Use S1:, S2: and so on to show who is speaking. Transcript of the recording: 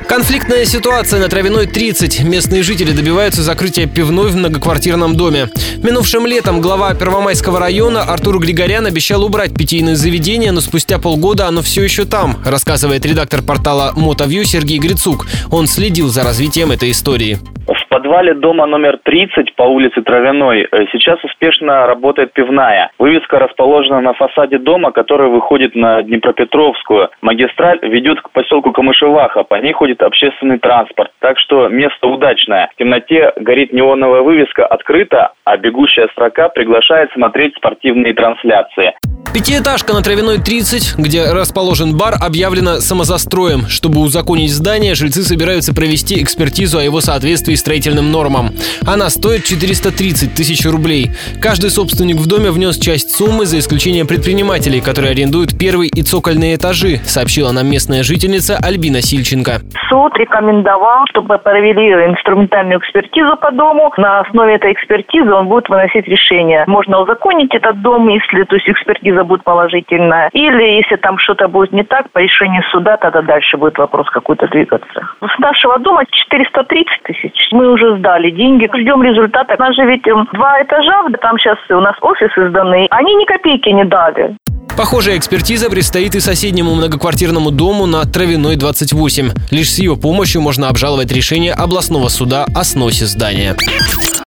S1: Конфликтная ситуация на Травяной 30. Местные жители добиваются закрытия пивной в многоквартирном доме. Минувшим летом глава Первомайского района Артур Григорян обещал убрать питейное заведение, но спустя полгода оно все еще там, рассказывает редактор портала Мотовью Сергей Грицук. Он следил за развитием этой истории.
S2: В подвале дома номер 30 по улице Травяной сейчас успешно работает пивная. Вывеска расположена на фасаде дома, который выходит на Днепропетровскую. Магистраль ведет к поселку Камышеваха, по ней ходит общественный транспорт, так что место удачное. В темноте горит неоновая вывеска «Открыто», а бегущая строка приглашает смотреть спортивные трансляции.
S1: Пятиэтажка на Травяной 30, где расположен бар, объявлена самозастроем. Чтобы узаконить здание, жильцы собираются провести экспертизу о его соответствии строительным нормам. Она стоит 430 тысяч рублей. Каждый собственник в доме внес часть суммы, за исключением предпринимателей, которые арендуют первый и цокольные этажи, сообщила нам местная жительница Альбина Сильченко.
S3: Суд рекомендовал, чтобы провели инструментальную экспертизу по дому. На основе этой экспертизы он будет выносить решение. Можно узаконить этот дом, если экспертиза будет положительная. Или если там что-то будет не так, по решению суда, тогда дальше будет вопрос какой-то двигаться. С нашего дома 430 тысяч. Мы уже сдали деньги, ждем результата. У нас же ведь 2 этажа, там сейчас у нас офисы сданы. Они ни копейки не дали.
S1: Похожая экспертиза предстоит и соседнему многоквартирному дому на Травяной 28. Лишь с ее помощью можно обжаловать решение областного суда о сносе здания.